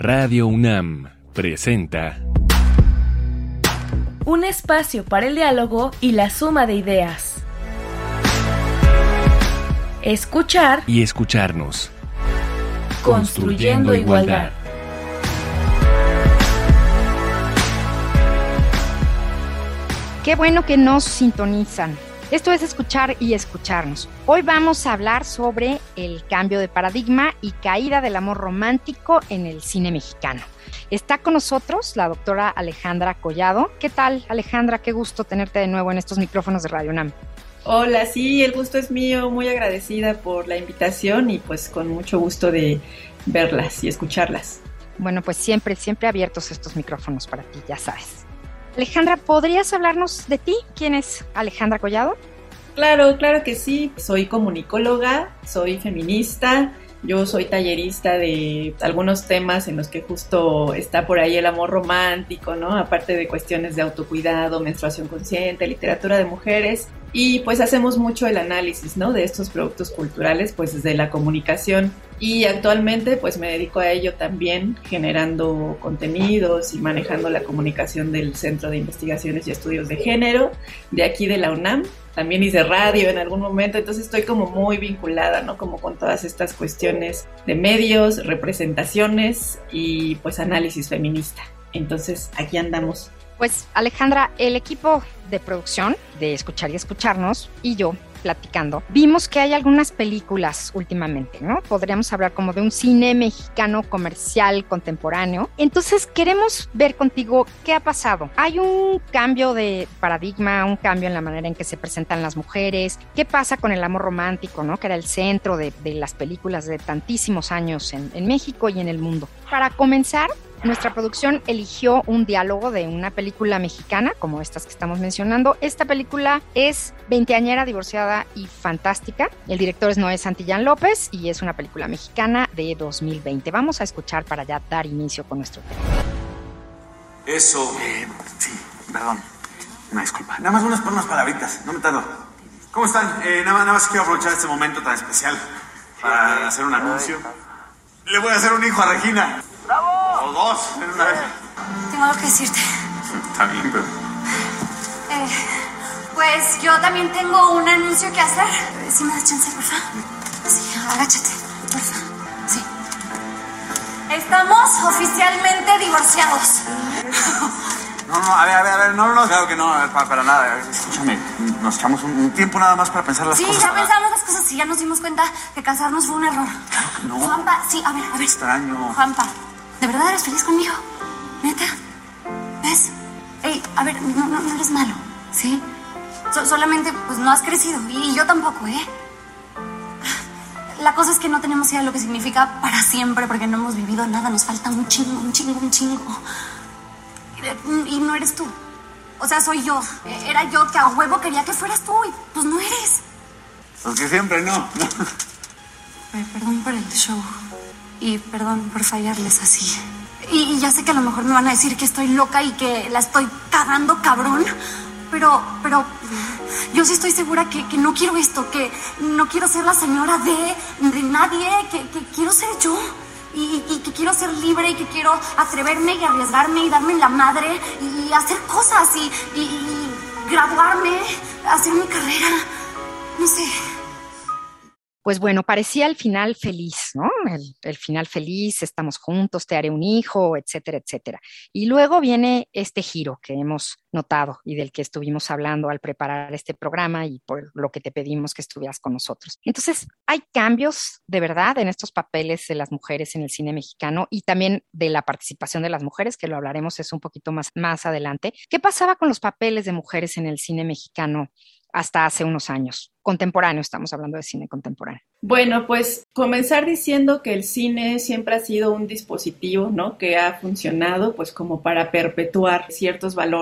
Radio UNAM presenta un espacio para el diálogo y la suma de ideas. Escuchar y escucharnos. Construyendo igualdad. Qué bueno que nos sintonizan. Esto es Escuchar y Escucharnos. Hoy vamos a hablar sobre el cambio de paradigma y caída del amor romántico en el cine mexicano. Está con nosotros la doctora Alejandra Collado. ¿Qué tal, Alejandra? Qué gusto tenerte de nuevo en estos micrófonos de Radio UNAM. Hola, sí, el gusto es mío. Muy agradecida por la invitación y pues con mucho gusto de verlas y escucharlas. Bueno, pues siempre abiertos estos micrófonos para ti, ya sabes. Alejandra, ¿podrías hablarnos de ti? ¿Quién es Alejandra Collado? Claro que sí. Soy comunicóloga, soy feminista, yo soy tallerista de algunos temas en los que justo está por ahí el amor romántico, ¿no? Aparte de cuestiones de autocuidado, menstruación consciente, literatura de mujeres. Y pues hacemos mucho el análisis, ¿no? De estos productos culturales, pues desde la comunicación. Y actualmente pues me dedico a ello también, generando contenidos y manejando la comunicación del Centro de Investigaciones y Estudios de Género, de aquí de la UNAM. También hice radio en algún momento, entonces estoy como muy vinculada, ¿no? Como con todas estas cuestiones de medios, representaciones y pues análisis feminista. Entonces aquí andamos. Pues Alejandra, el equipo de producción de Escuchar y Escucharnos y yo platicando, vimos que hay algunas películas últimamente, ¿no? Podríamos hablar como de un cine mexicano comercial contemporáneo. Entonces queremos ver contigo qué ha pasado. Hay un cambio de paradigma, un cambio en la manera en que se presentan las mujeres. ¿Qué pasa con el amor romántico, ¿no? Que era el centro de las películas de tantísimos años en México y en el mundo. Para comenzar, nuestra producción eligió un diálogo de una película mexicana, como estas que estamos mencionando. Esta película es veinteañera, divorciada y fantástica. El director es Noé Santillán López y es una película mexicana de 2020. Vamos a escuchar para ya dar inicio con nuestro tema. Eso. Sí, perdón. Una disculpa. Nada más unas palabritas, no me tardo. ¿Cómo están? Nada más quiero aprovechar este momento tan especial para hacer un anuncio. Le voy a hacer un hijo a Regina. ¡Bravo! O dos, en una vez. Tengo algo que decirte. Está bien, pero... Pues yo también tengo un anuncio que hacer. ¿Sí me das chance, por favor? Sí, agáchate, por favor. Sí. Estamos oficialmente divorciados. No, a ver, no, claro que no, para nada. Escúchame, nos echamos un tiempo nada más para pensar las cosas. Sí, ya pensamos las cosas y ya nos dimos cuenta que casarnos fue un error. Claro que no. Juanpa, sí, a ver. Extraño. Juanpa, ¿de verdad eres feliz conmigo? ¿Neta? ¿Ves? Ey, a ver, no eres malo, ¿sí? Solamente, pues, no has crecido. Y yo tampoco, ¿eh? La cosa es que no tenemos idea de lo que significa para siempre, porque no hemos vivido nada. Nos falta un chingo. Y no eres tú. O sea, soy yo. Era yo que a huevo quería que fueras tú y pues no eres. Porque siempre no. Perdón por el show. Y perdón por fallarles así. Y ya sé que a lo mejor me van a decir que estoy loca y que la estoy cagando cabrón. Pero yo sí estoy segura que no quiero esto. Que no quiero ser la señora de nadie. Que quiero ser yo. Y que quiero ser libre y que quiero atreverme y arriesgarme y darme la madre y hacer cosas y graduarme, hacer mi carrera, no sé. Pues bueno, parecía el final feliz, ¿no? El final feliz, estamos juntos, te haré un hijo, etcétera, etcétera. Y luego viene este giro que hemos notado y del que estuvimos hablando al preparar este programa y por lo que te pedimos que estuvieras con nosotros. Entonces, hay cambios de verdad en estos papeles de las mujeres en el cine mexicano y también de la participación de las mujeres, que lo hablaremos eso un poquito más adelante. ¿Qué pasaba con los papeles de mujeres en el cine mexicano hasta hace unos años? Contemporáneo, estamos hablando de cine contemporáneo. Bueno, pues comenzar diciendo que el cine siempre ha sido un dispositivo, ¿no? Que ha funcionado pues como para perpetuar ciertos valores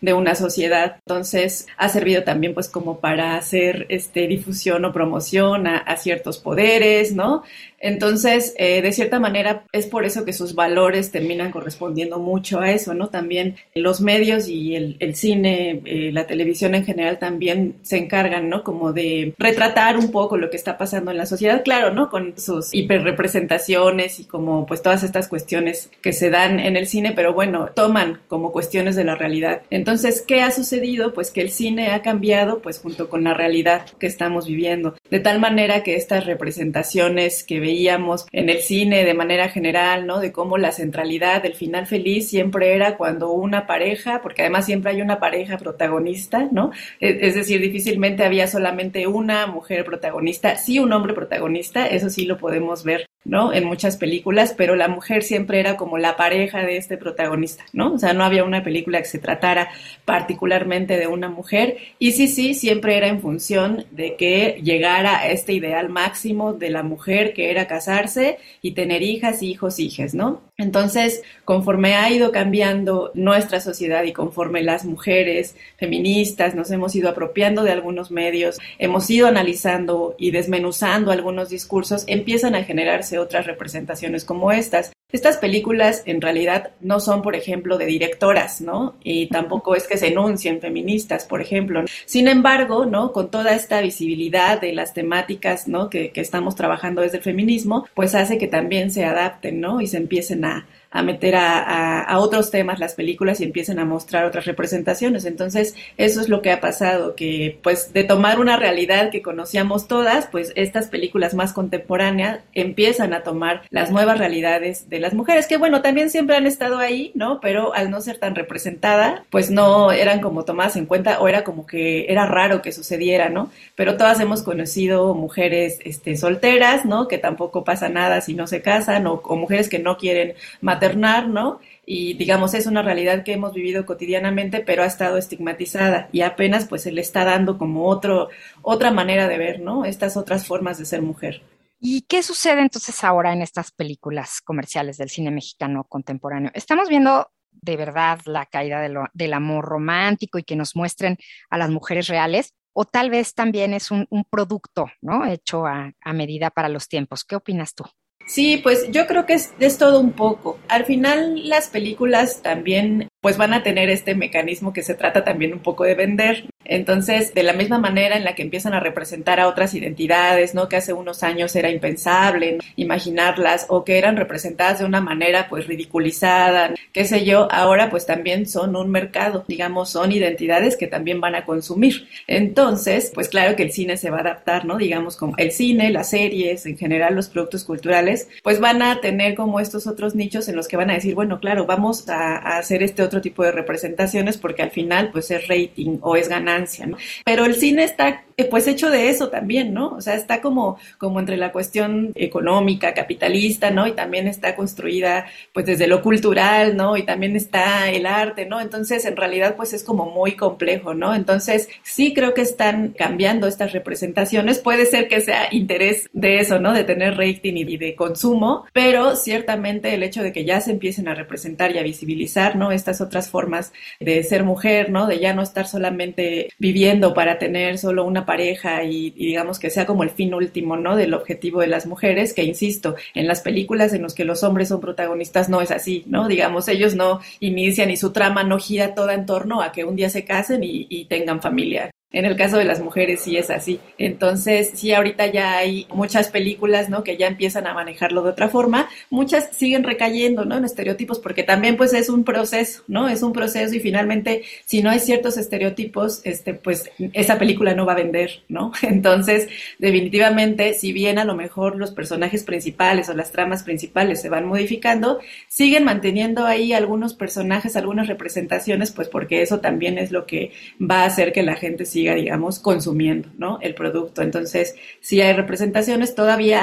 de una sociedad. Entonces ha servido también pues como para hacer difusión o promoción a ciertos poderes, ¿no? Entonces, de cierta manera, es por eso que sus valores terminan correspondiendo mucho a eso, ¿no? También los medios y el cine, la televisión en general también se encargan, ¿no? Como de retratar un poco lo que está pasando en la sociedad, claro, ¿no? Con sus hiperrepresentaciones y como pues todas estas cuestiones que se dan en el cine, pero bueno, toman como cuestiones de la realidad. Entonces, ¿qué ha sucedido? Pues que el cine ha cambiado pues junto con la realidad que estamos viviendo, de tal manera que estas representaciones que veíamos en el cine de manera general, ¿no? De cómo la centralidad del final feliz siempre era cuando una pareja, porque además siempre hay una pareja protagonista, ¿no? Es decir, difícilmente había solamente una mujer protagonista, sí un hombre protagonista, eso sí lo podemos ver, ¿no? En muchas películas, pero la mujer siempre era como la pareja de este protagonista, ¿no? O sea, no había una película que se tratara particularmente de una mujer y sí, siempre era en función de que llegara a este ideal máximo de la mujer que era casarse y tener hijas, hijos, hijes, ¿no? Entonces, conforme ha ido cambiando nuestra sociedad y conforme las mujeres feministas nos hemos ido apropiando de algunos medios, hemos ido analizando y desmenuzando algunos discursos, empiezan a generarse otras representaciones como estas. Estas películas en realidad no son, por ejemplo, de directoras, ¿no? Y tampoco es que se enuncien feministas, por ejemplo. Sin embargo, ¿no? Con toda esta visibilidad de las temáticas, ¿no? que estamos trabajando desde el feminismo, pues hace que también se adapten, ¿no? Y se empiecen a meter a otros temas las películas y empiecen a mostrar otras representaciones. Entonces, eso es lo que ha pasado, que pues de tomar una realidad que conocíamos todas, pues estas películas más contemporáneas empiezan a tomar las nuevas realidades de las mujeres, que bueno, también siempre han estado ahí, ¿no? Pero al no ser tan representada, pues no eran como tomadas en cuenta o era como que era raro que sucediera, ¿no? Pero todas hemos conocido mujeres solteras, ¿no? Que tampoco pasa nada si no se casan o mujeres que no quieren maternar, ¿no? Y digamos, es una realidad que hemos vivido cotidianamente, pero ha estado estigmatizada y apenas pues se le está dando como otra manera de ver, ¿no? Estas otras formas de ser mujer. ¿Y qué sucede entonces ahora en estas películas comerciales del cine mexicano contemporáneo? Estamos viendo de verdad la caída del amor romántico y que nos muestren a las mujeres reales, o tal vez también es un producto, ¿no? Hecho a medida para los tiempos. ¿Qué opinas tú? Sí, pues yo creo que es todo un poco. Al final las películas también pues van a tener este mecanismo que se trata también un poco de vender. Entonces, de la misma manera en la que empiezan a representar a otras identidades, ¿no? Que hace unos años era impensable, ¿no? Imaginarlas, o que eran representadas de una manera pues ridiculizada, qué sé yo, ahora pues también son un mercado, digamos, son identidades que también van a consumir. Entonces, pues claro que el cine se va a adaptar, ¿no? Digamos, como el cine, las series, en general los productos culturales, pues van a tener como estos otros nichos en los que van a decir, bueno, claro, vamos a hacer este otro tipo de representaciones porque al final pues es rating o es ganancia, ¿no? Pero el cine está pues hecho de eso también, ¿no? O sea, está como entre la cuestión económica, capitalista, ¿no? Y también está construida pues desde lo cultural, ¿no? Y también está el arte, ¿no? Entonces, en realidad pues es como muy complejo, ¿no? Entonces, sí creo que están cambiando estas representaciones. Puede ser que sea interés de eso, ¿no? De tener rating y de consumo, pero ciertamente el hecho de que ya se empiecen a representar y a visibilizar, ¿no? Estas otras formas de ser mujer, ¿no? De ya no estar solamente viviendo para tener solo una pareja y digamos que sea como el fin último, ¿no? Del objetivo de las mujeres, que insisto, en las películas en las que los hombres son protagonistas no es así, ¿no? Digamos, ellos no inician y su trama no gira toda en torno a que un día se casen y tengan familia. En el caso de las mujeres sí es así. Entonces, sí, ahorita ya hay muchas películas, ¿no? Que ya empiezan a manejarlo de otra forma. Muchas siguen recayendo, ¿no? En estereotipos, porque también, pues, es un proceso, ¿no? Es un proceso y finalmente, si no hay ciertos estereotipos, pues, esa película no va a vender, ¿no? Entonces, definitivamente, si bien a lo mejor los personajes principales o las tramas principales se van modificando, siguen manteniendo ahí algunos personajes, algunas representaciones, pues, porque eso también es lo que va a hacer que la gente siga, digamos, consumiendo, ¿no? El producto. Entonces, sí hay representaciones, todavía hay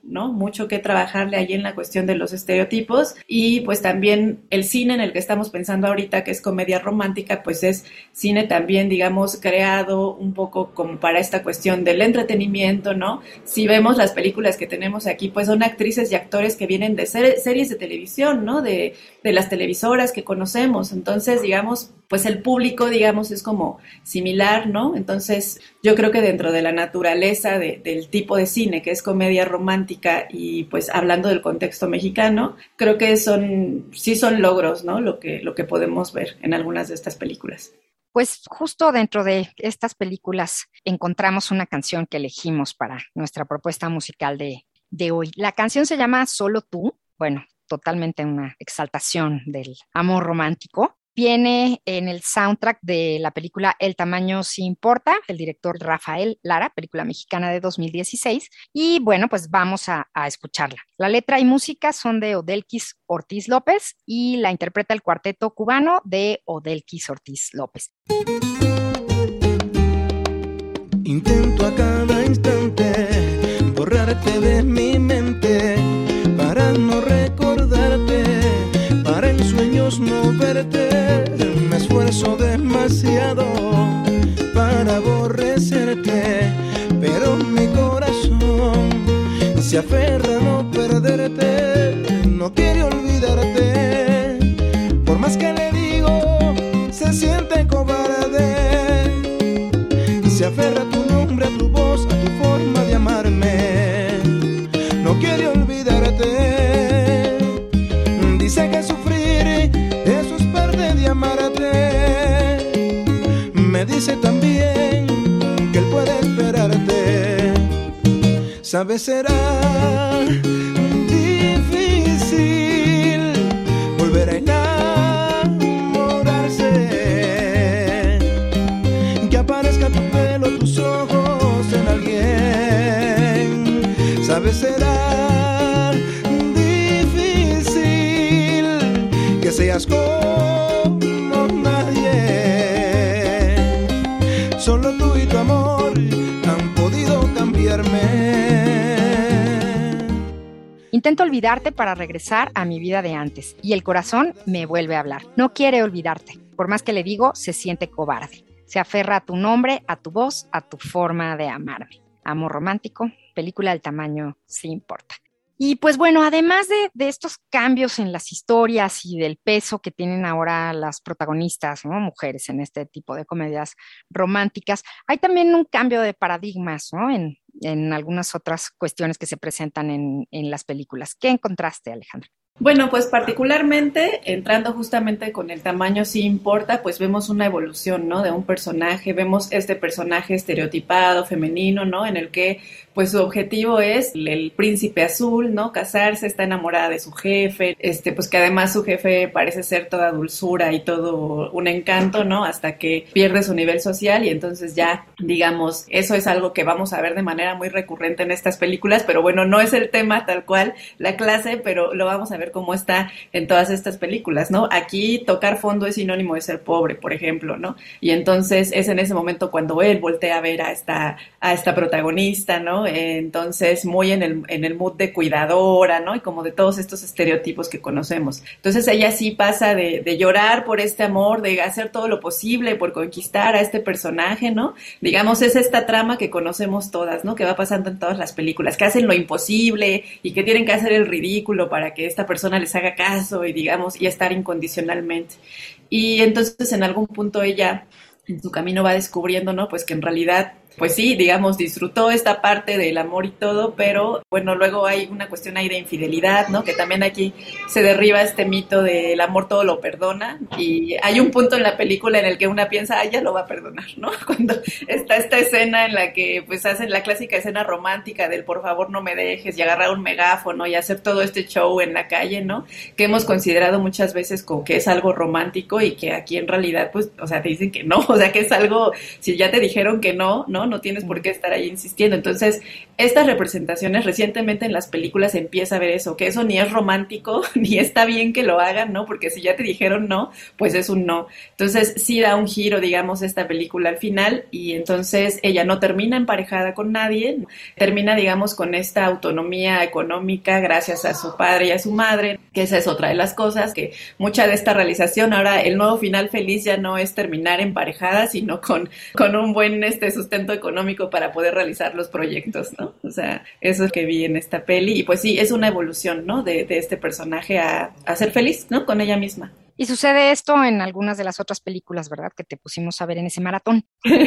¿no? Mucho que trabajarle ahí en la cuestión de los estereotipos, y pues también el cine en el que estamos pensando ahorita, que es comedia romántica, pues es cine también, digamos, creado un poco como para esta cuestión del entretenimiento, ¿no? Si vemos las películas que tenemos aquí, pues son actrices y actores que vienen de series de televisión, ¿no? De las televisoras que conocemos. Entonces, digamos, pues el público, digamos, es como similar, ¿no? Entonces, yo creo que dentro de la naturaleza del tipo de cine que es comedia romántica, y pues hablando del contexto mexicano, creo que sí son logros, ¿no? Lo que podemos ver en algunas de estas películas. Pues justo dentro de estas películas encontramos una canción que elegimos para nuestra propuesta musical de hoy. La canción se llama Solo tú, bueno, totalmente una exaltación del amor romántico. Viene en el soundtrack de la película El tamaño sí importa, del director Rafael Lara, película mexicana de 2016. Y bueno, pues vamos a escucharla. La letra y música son de Odelquis Ortiz López y la interpreta el cuarteto cubano de Odelquis Ortiz López. Intento a cada instante borrarte de mi mente para no recordarte, para en sueños no verte. Me esfuerzo demasiado para aborrecerte, pero mi corazón se aferra a no perderte, no quiere olvidarte. Por más que le digo, se siente cobarde, se aferra a tu nombre, a tu voz, a tu forma de amarme, no quiere olvidarte. Dice que sufrir, eso es parte de amarte. Me dice también que él puede esperarte. Sabes, será difícil volver a enamorarse, que aparezca tu pelo, tus ojos en alguien. Sabes, será difícil que seas como nadie. Solo tú y tu amor han podido cambiarme. Intento olvidarte para regresar a mi vida de antes y el corazón me vuelve a hablar. No quiere olvidarte. Por más que le digo, se siente cobarde. Se aferra a tu nombre, a tu voz, a tu forma de amarme. Amor romántico, película del tamaño sí importa. Y pues bueno, además de estos cambios en las historias y del peso que tienen ahora las protagonistas, ¿no? Mujeres en este tipo de comedias románticas, hay también un cambio de paradigmas, ¿no? En algunas otras cuestiones que se presentan en las películas. ¿Qué encontraste, Alejandra? Bueno, pues particularmente entrando justamente con el tamaño sí importa, pues vemos una evolución, ¿no? De un personaje, vemos este personaje estereotipado, femenino, ¿no? En el que pues su objetivo es el príncipe azul, ¿no? Casarse, está enamorada de su jefe, pues que además su jefe parece ser toda dulzura y todo un encanto, ¿no? Hasta que pierde su nivel social y entonces ya, digamos, eso es algo que vamos a ver de manera muy recurrente en estas películas, pero bueno, no es el tema tal cual, la clase, pero lo vamos a ver cómo está en todas estas películas, ¿no? Aquí tocar fondo es sinónimo de ser pobre, por ejemplo, ¿no? Y entonces es en ese momento cuando él voltea a ver a esta protagonista, ¿no? Entonces muy en el mood de cuidadora, ¿no? Y como de todos estos estereotipos que conocemos. Entonces ella sí pasa de llorar por este amor, de hacer todo lo posible por conquistar a este personaje, ¿no? Digamos, es esta trama que conocemos todas, ¿no? Que va pasando en todas las películas, que hacen lo imposible y que tienen que hacer el ridículo para que esta persona les haga caso y digamos, y estar incondicionalmente. Y entonces en algún punto ella en su camino va descubriendo, ¿no? Pues que en realidad, pues sí, digamos, disfrutó esta parte del amor y todo, pero bueno, luego hay una cuestión ahí de infidelidad, ¿no? Que también aquí se derriba este mito del amor todo lo perdona, y hay un punto en la película en el que una piensa, ya lo va a perdonar, ¿no? Cuando está esta escena en la que pues hacen la clásica escena romántica del por favor no me dejes y agarrar un megáfono y hacer todo este show en la calle, ¿no? Que hemos considerado muchas veces como que es algo romántico y que aquí en realidad pues, o sea, te dicen que no, o sea, que es algo, si ya te dijeron que no ¿no? No tienes por qué estar ahí insistiendo. Entonces, estas representaciones, recientemente en las películas se empieza a ver eso, que eso ni es romántico, ni está bien que lo hagan, ¿no? Porque si ya te dijeron no, pues es un no. Entonces, sí da un giro, digamos, esta película al final, y entonces ella no termina emparejada con nadie, termina, digamos, con esta autonomía económica gracias a su padre y a su madre, que esa es otra de las cosas, que mucha de esta realización, ahora el nuevo final feliz ya no es terminar emparejada, sino con un buen sustento económico para poder realizar los proyectos, ¿no? O sea, eso es que vi en esta peli, y pues sí, es una evolución, ¿no? De este personaje a ser feliz, ¿no? Con ella misma. Y sucede esto en algunas de las otras películas, ¿verdad? Que te pusimos a ver en ese maratón.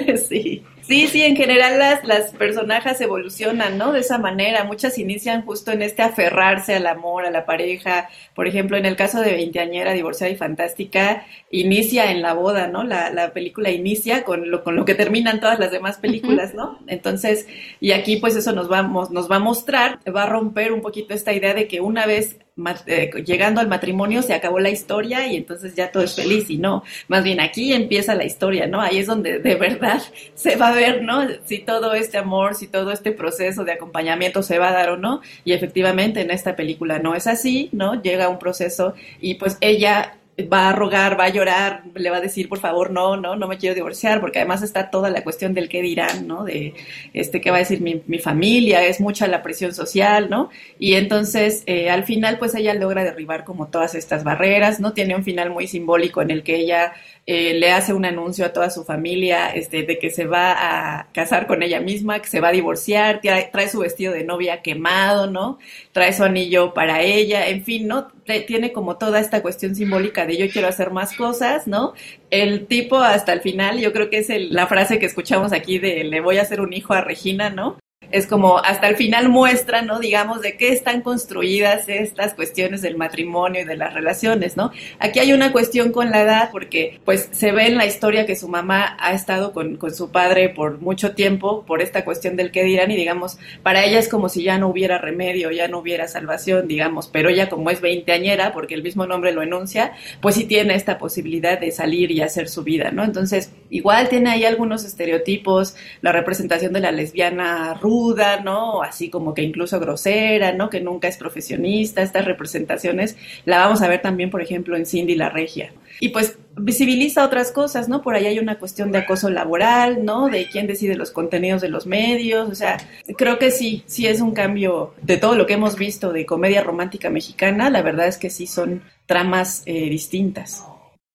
Sí, en general las personajes evolucionan, ¿no? De esa manera, muchas inician justo en este aferrarse al amor, a la pareja. Por ejemplo, en el caso de Veinteañera, Divorciada y Fantástica, inicia en la boda, ¿no? La película inicia con lo que terminan todas las demás películas, ¿no? Entonces, y aquí pues eso nos va a mostrar, va a romper un poquito esta idea de que una vez llegando al matrimonio se acabó la historia y entonces ya todo es feliz, y no, más bien aquí empieza la historia, ¿no? Ahí es donde de verdad se va a ver, ¿no? Si todo este amor, si todo este proceso de acompañamiento se va a dar o no, y efectivamente en esta película no es así, ¿no? Llega un proceso y pues ella va a rogar, va a llorar, le va a decir, por favor, no me quiero divorciar, porque además está toda la cuestión del qué dirán, ¿no? De qué va a decir mi familia, es mucha la presión social, ¿no? Y entonces, al final, pues ella logra derribar como todas estas barreras, ¿no? Tiene un final muy simbólico en el que ella le hace un anuncio a toda su familia, de que se va a casar con ella misma, que se va a divorciar, trae su vestido de novia quemado, ¿no? Trae su anillo para ella, en fin, ¿no? Tiene como toda esta cuestión simbólica de yo quiero hacer más cosas, ¿no? El tipo hasta el final, yo creo que es la frase que escuchamos aquí de le voy a hacer un hijo a Regina, ¿no? Es como hasta el final muestra, ¿no? Digamos, de qué están construidas estas cuestiones del matrimonio y de las relaciones, ¿no? Aquí hay una cuestión con la edad, porque pues se ve en la historia que su mamá ha estado con su padre por mucho tiempo, por esta cuestión del qué dirán, y digamos, para ella es como si ya no hubiera remedio, ya no hubiera salvación, digamos, pero ella como es veinteañera, porque el mismo nombre lo enuncia, pues sí tiene esta posibilidad de salir y hacer su vida, ¿no? Entonces, igual tiene ahí algunos estereotipos, la representación de la lesbiana ruda, ¿no? Así como que incluso grosera, ¿no? Que nunca es profesionista. Estas representaciones la vamos a ver también, por ejemplo, en Cindy la Regia. Y pues visibiliza otras cosas, ¿no? Por ahí hay una cuestión de acoso laboral, ¿no? De quién decide los contenidos de los medios. O sea, creo que sí es un cambio de todo lo que hemos visto de comedia romántica mexicana. La verdad es que sí son tramas distintas.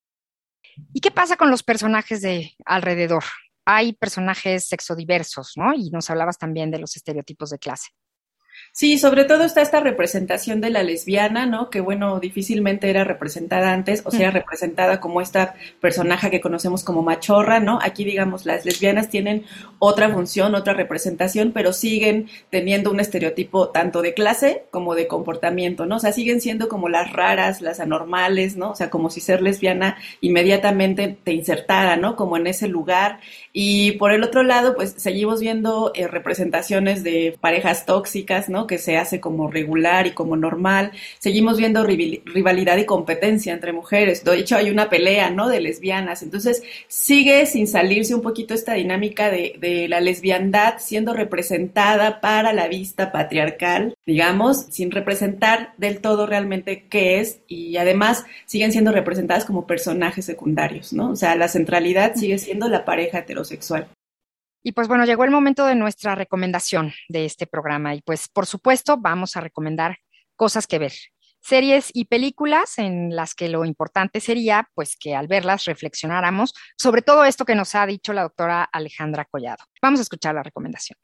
¿Y qué pasa con los personajes de alrededor? Hay personajes sexodiversos, ¿no? Y nos hablabas también de los estereotipos de clase. Sí, sobre todo está esta representación de la lesbiana, ¿no? Que bueno, difícilmente era representada antes, o sea, representada como esta personaje que conocemos como machorra, ¿no? Aquí, digamos, las lesbianas tienen otra función, otra representación, pero siguen teniendo un estereotipo tanto de clase como de comportamiento, ¿no? O sea, siguen siendo como las raras, las anormales, ¿no? O sea, como si ser lesbiana inmediatamente te insertara, ¿no? Como en ese lugar. Y por el otro lado, pues seguimos viendo representaciones de parejas tóxicas, ¿no? Que se hace como regular y como normal. Seguimos viendo rivalidad y competencia entre mujeres. De hecho, hay una pelea, ¿no? De lesbianas. Entonces, sigue sin salirse un poquito esta dinámica de la lesbiandad siendo representada para la vista patriarcal, digamos, sin representar del todo realmente qué es, y además siguen siendo representadas como personajes secundarios, ¿no? O sea, la centralidad sigue siendo la pareja heterosexual. Y pues bueno, llegó el momento de nuestra recomendación de este programa y pues por supuesto vamos a recomendar cosas que ver, series y películas en las que lo importante sería pues que al verlas reflexionáramos sobre todo esto que nos ha dicho la doctora Alejandra Collado. Vamos a escuchar la recomendación.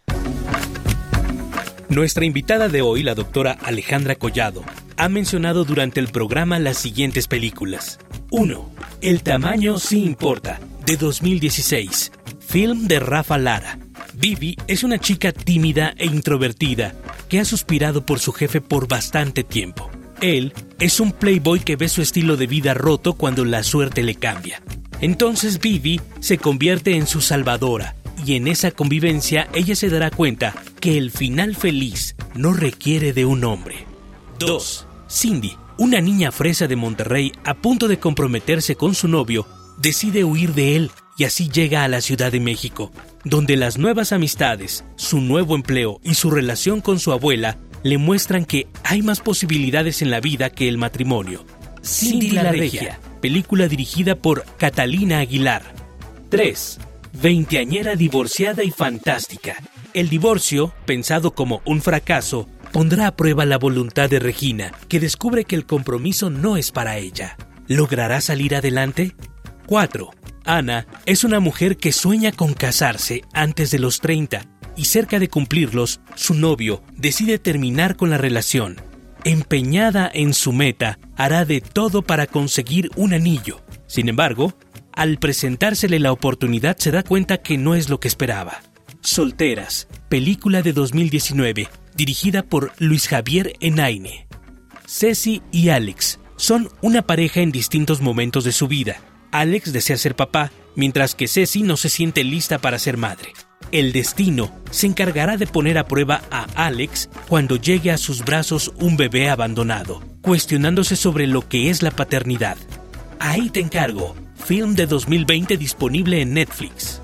Nuestra invitada de hoy, la doctora Alejandra Collado, ha mencionado durante el programa las siguientes películas. 1. El tamaño sí importa, de 2016. Film de Rafa Lara. Vivi es una chica tímida e introvertida que ha suspirado por su jefe por bastante tiempo. Él es un playboy que ve su estilo de vida roto cuando la suerte le cambia. Entonces Vivi se convierte en su salvadora y en esa convivencia ella se dará cuenta que el final feliz no requiere de un hombre. 2. Cindy, una niña fresa de Monterrey a punto de comprometerse con su novio, decide huir de él y así llega a la Ciudad de México, donde las nuevas amistades, su nuevo empleo y su relación con su abuela le muestran que hay más posibilidades en la vida que el matrimonio. Cindy la Regia, película dirigida por Catalina Aguilar. 3. Veinteañera divorciada y fantástica. El divorcio, pensado como un fracaso, pondrá a prueba la voluntad de Regina, que descubre que el compromiso no es para ella. ¿Logrará salir adelante? 4. Ana es una mujer que sueña con casarse antes de los 30 y cerca de cumplirlos, su novio decide terminar con la relación. Empeñada en su meta, hará de todo para conseguir un anillo. Sin embargo, al presentársele la oportunidad se da cuenta que no es lo que esperaba. Solteras, película de 2019, dirigida por Luis Javier Enaine. Ceci y Alex son una pareja en distintos momentos de su vida. Alex desea ser papá, mientras que Ceci no se siente lista para ser madre. El destino se encargará de poner a prueba a Alex cuando llegue a sus brazos un bebé abandonado, cuestionándose sobre lo que es la paternidad. Ahí te encargo, film de 2020 disponible en Netflix.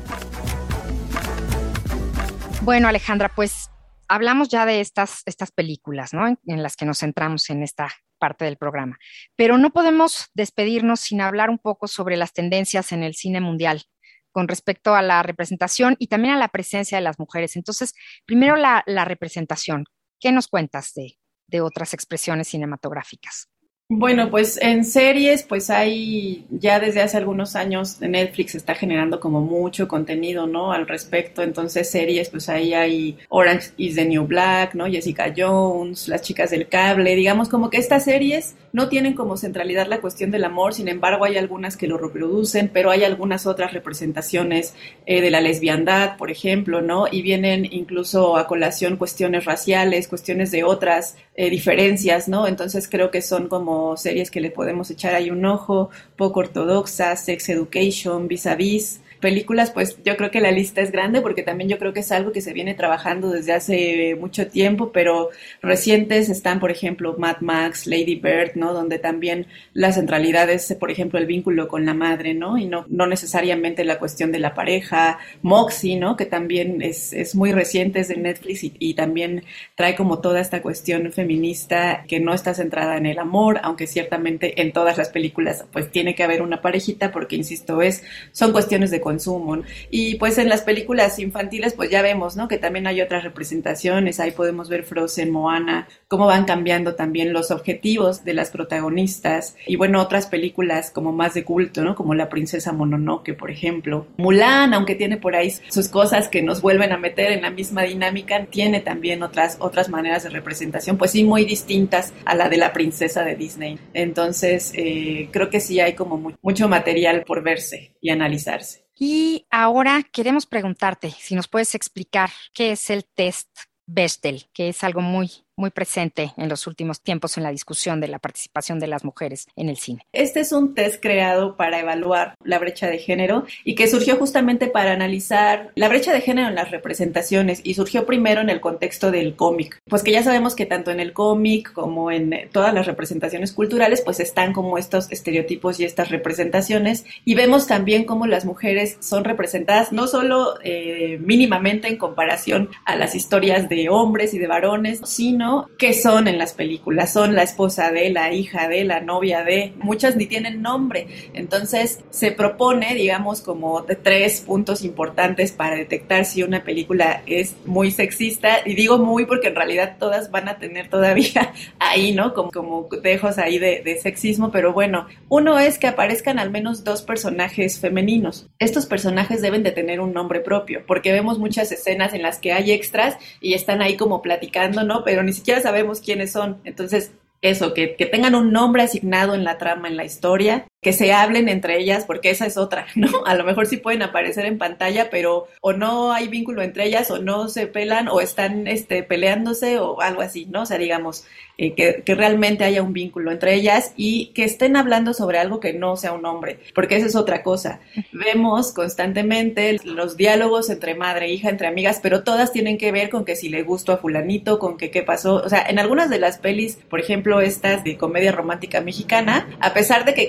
Bueno, Alejandra, pues hablamos ya de estas películas, ¿no? En las que nos centramos en esta parte del programa. Pero no podemos despedirnos sin hablar un poco sobre las tendencias en el cine mundial con respecto a la representación y también a la presencia de las mujeres. Entonces, primero la representación. ¿Qué nos cuentas de otras expresiones cinematográficas? Bueno, pues en series, pues hay, ya desde hace algunos años Netflix está generando como mucho contenido, ¿no? Al respecto, entonces series, pues ahí hay Orange is the New Black, ¿no? Jessica Jones, Las Chicas del Cable, digamos como que estas series no tienen como centralidad la cuestión del amor, sin embargo hay algunas que lo reproducen, pero hay algunas otras representaciones de la lesbiandad, por ejemplo, ¿no? Y vienen incluso a colación cuestiones raciales, cuestiones de otras diferencias, ¿no? Entonces creo que son como series que le podemos echar ahí un ojo, poco ortodoxas, Sex Education, Vis a Vis. Películas, pues yo creo que la lista es grande porque también yo creo que es algo que se viene trabajando desde hace mucho tiempo, pero recientes están, por ejemplo, Mad Max, Lady Bird, ¿no? Donde también la centralidad es, por ejemplo, el vínculo con la madre, ¿no? Y no necesariamente la cuestión de la pareja. Moxie, ¿no? Que también es muy reciente, es de Netflix y también trae como toda esta cuestión feminista que no está centrada en el amor, aunque ciertamente en todas las películas pues tiene que haber una parejita porque, insisto, son cuestiones de consumo. Y pues en las películas infantiles pues ya vemos, ¿no? Que también hay otras representaciones, ahí podemos ver Frozen, Moana, cómo van cambiando también los objetivos de las protagonistas y bueno, otras películas como más de culto, ¿no? Como La Princesa Mononoke, por ejemplo. Mulan, aunque tiene por ahí sus cosas que nos vuelven a meter en la misma dinámica, tiene también otras maneras de representación, pues sí, muy distintas a la de la princesa de Disney. Entonces, creo que sí hay como mucho material por verse y analizarse. Y ahora queremos preguntarte si nos puedes explicar qué es el test Bechdel, que es algo muy presente en los últimos tiempos en la discusión de la participación de las mujeres en el cine. Este es un test creado para evaluar la brecha de género y que surgió justamente para analizar la brecha de género en las representaciones y surgió primero en el contexto del cómic. Pues que ya sabemos que tanto en el cómic como en todas las representaciones culturales pues están como estos estereotipos y estas representaciones y vemos también cómo las mujeres son representadas no solo mínimamente en comparación a las historias de hombres y de varones, sino que son en las películas, son la esposa de, la hija de, la novia de, muchas ni tienen nombre, entonces se propone, digamos, como de 3 puntos importantes para detectar si una película es muy sexista, y digo muy porque en realidad todas van a tener todavía ahí, ¿no? Como dejos ahí de sexismo, pero bueno, uno es que aparezcan al menos 2 personajes femeninos. Estos personajes deben de tener un nombre propio, porque vemos muchas escenas en las que hay extras y están ahí como platicando, ¿no? Pero ni siquiera sabemos quiénes son. Entonces, eso, que tengan un nombre asignado en la trama, en la historia, que se hablen entre ellas, porque esa es otra, ¿no? A lo mejor sí pueden aparecer en pantalla, pero o no hay vínculo entre ellas, o no se pelan, o están peleándose, o algo así, ¿no? O sea, digamos, que realmente haya un vínculo entre ellas y que estén hablando sobre algo que no sea un hombre, porque esa es otra cosa. Vemos constantemente los diálogos entre madre e hija, entre amigas, pero todas tienen que ver con que si le gustó a fulanito, con que qué pasó. O sea, en algunas de las pelis, por ejemplo, estas de comedia romántica mexicana, a pesar de que han cambiado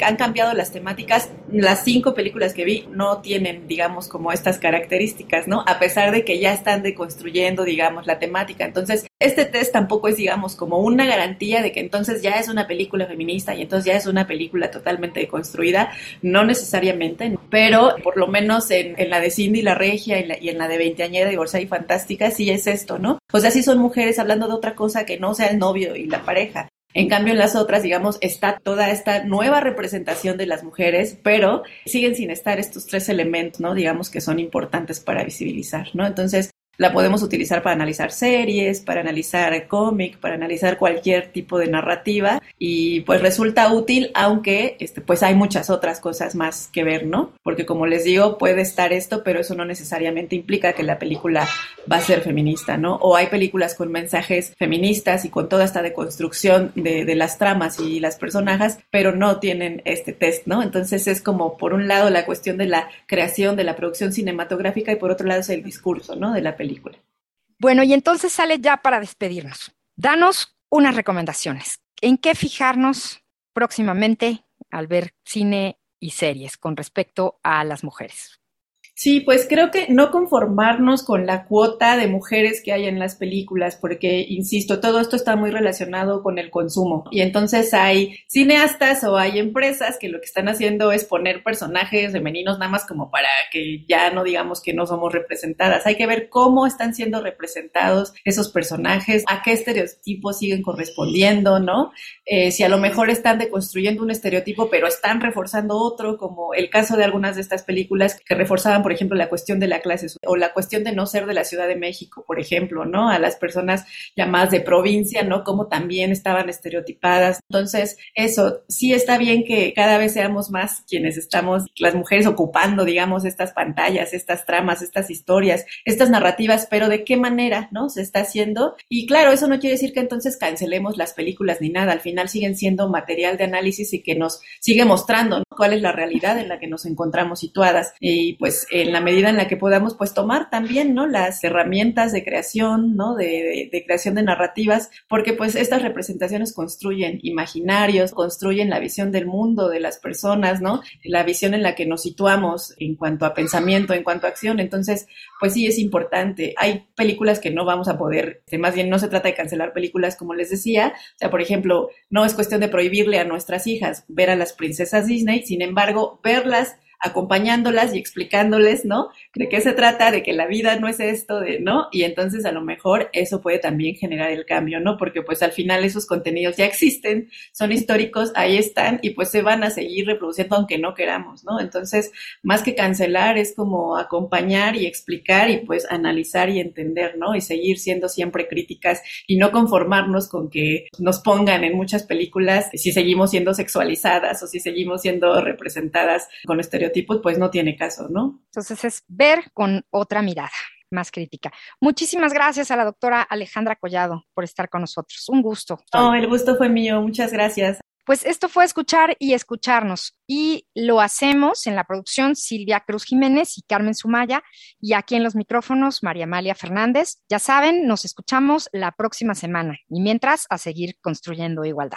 cambiado las temáticas. Las 5 películas que vi no tienen, digamos, como estas características, ¿no? A pesar de que ya están deconstruyendo, digamos, la temática. Entonces, este test tampoco es, digamos, como una garantía de que entonces ya es una película feminista y entonces ya es una película totalmente deconstruida. No necesariamente, pero por lo menos en la de Cindy la Regia y en la de Veinteañera, Divorciada y Fantástica, sí es esto, ¿no? O sea, sí son mujeres hablando de otra cosa que no sea el novio y la pareja. En cambio, en las otras, digamos, está toda esta nueva representación de las mujeres, pero siguen sin estar estos 3 elementos, ¿no? Digamos que son importantes para visibilizar, ¿no? Entonces, la podemos utilizar para analizar series, para analizar cómic, para analizar cualquier tipo de narrativa y pues resulta útil, aunque pues hay muchas otras cosas más que ver, ¿no? Porque como les digo, puede estar esto, pero eso no necesariamente implica que la película va a ser feminista, ¿no? O hay películas con mensajes feministas y con toda esta deconstrucción de las tramas y las personajes, pero no tienen este test, ¿no? Entonces es como por un lado la cuestión de la creación, de la producción cinematográfica y por otro lado es el discurso, ¿no? De la película. Bueno, y entonces sale ya para despedirnos. Danos unas recomendaciones. ¿En qué fijarnos próximamente al ver cine y series con respecto a las mujeres? Sí, pues creo que no conformarnos con la cuota de mujeres que hay en las películas, porque, insisto, todo esto está muy relacionado con el consumo. Y entonces hay cineastas o hay empresas que lo que están haciendo es poner personajes femeninos nada más como para que ya no digamos que no somos representadas. Hay que ver cómo están siendo representados esos personajes, a qué estereotipos siguen correspondiendo, ¿no? Si a lo mejor están deconstruyendo un estereotipo, pero están reforzando otro, como el caso de algunas de estas películas que reforzaban, por ejemplo, la cuestión de la clase o la cuestión de no ser de la Ciudad de México, por ejemplo, ¿no? A las personas llamadas de provincia, ¿no? Como también estaban estereotipadas. Entonces, eso, sí está bien que cada vez seamos más quienes estamos, las mujeres ocupando, digamos, estas pantallas, estas tramas, estas historias, estas narrativas, pero ¿de qué manera, no? Se está haciendo. Y claro, eso no quiere decir que entonces cancelemos las películas ni nada. Al final siguen siendo material de análisis y que nos sigue mostrando, ¿no? Cuál es la realidad en la que nos encontramos situadas. Y pues en la medida en la que podamos, pues tomar también, ¿no? Las herramientas de creación, ¿no? De creación de narrativas, porque pues estas representaciones construyen imaginarios, construyen la visión del mundo de las personas, ¿no? La visión en la que nos situamos en cuanto a pensamiento, en cuanto a acción. Entonces, pues sí es importante. Hay películas que no vamos a poder, más bien no se trata de cancelar películas, como les decía. O sea, por ejemplo, no es cuestión de prohibirle a nuestras hijas ver a las princesas Disney, sin embargo, verlas acompañándolas y explicándoles, ¿no? De qué se trata, de que la vida no es esto, ¿no? Y entonces a lo mejor eso puede también generar el cambio, ¿no? Porque pues al final esos contenidos ya existen, son históricos, ahí están y pues se van a seguir reproduciendo aunque no queramos, ¿no? Entonces, más que cancelar es como acompañar y explicar y pues analizar y entender, ¿no? Y seguir siendo siempre críticas y no conformarnos con que nos pongan en muchas películas si seguimos siendo sexualizadas o si seguimos siendo representadas con estereotipos, pues no tiene caso, ¿no? Entonces es ver con otra mirada más crítica. Muchísimas gracias a la doctora Alejandra Collado por estar con nosotros. Un gusto. No, el gusto fue mío. Muchas gracias. Pues esto fue Escuchar y Escucharnos y lo hacemos en la producción Silvia Cruz Jiménez y Carmen Sumaya y aquí en los micrófonos María Amalia Fernández. Ya saben, nos escuchamos la próxima semana y mientras a seguir construyendo igualdad.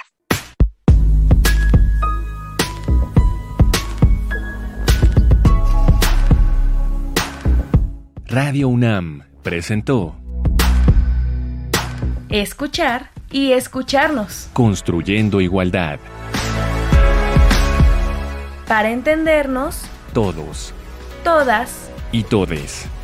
Radio UNAM presentó Escuchar y escucharnos. Construyendo igualdad. Para entendernos, Todos todas y todes.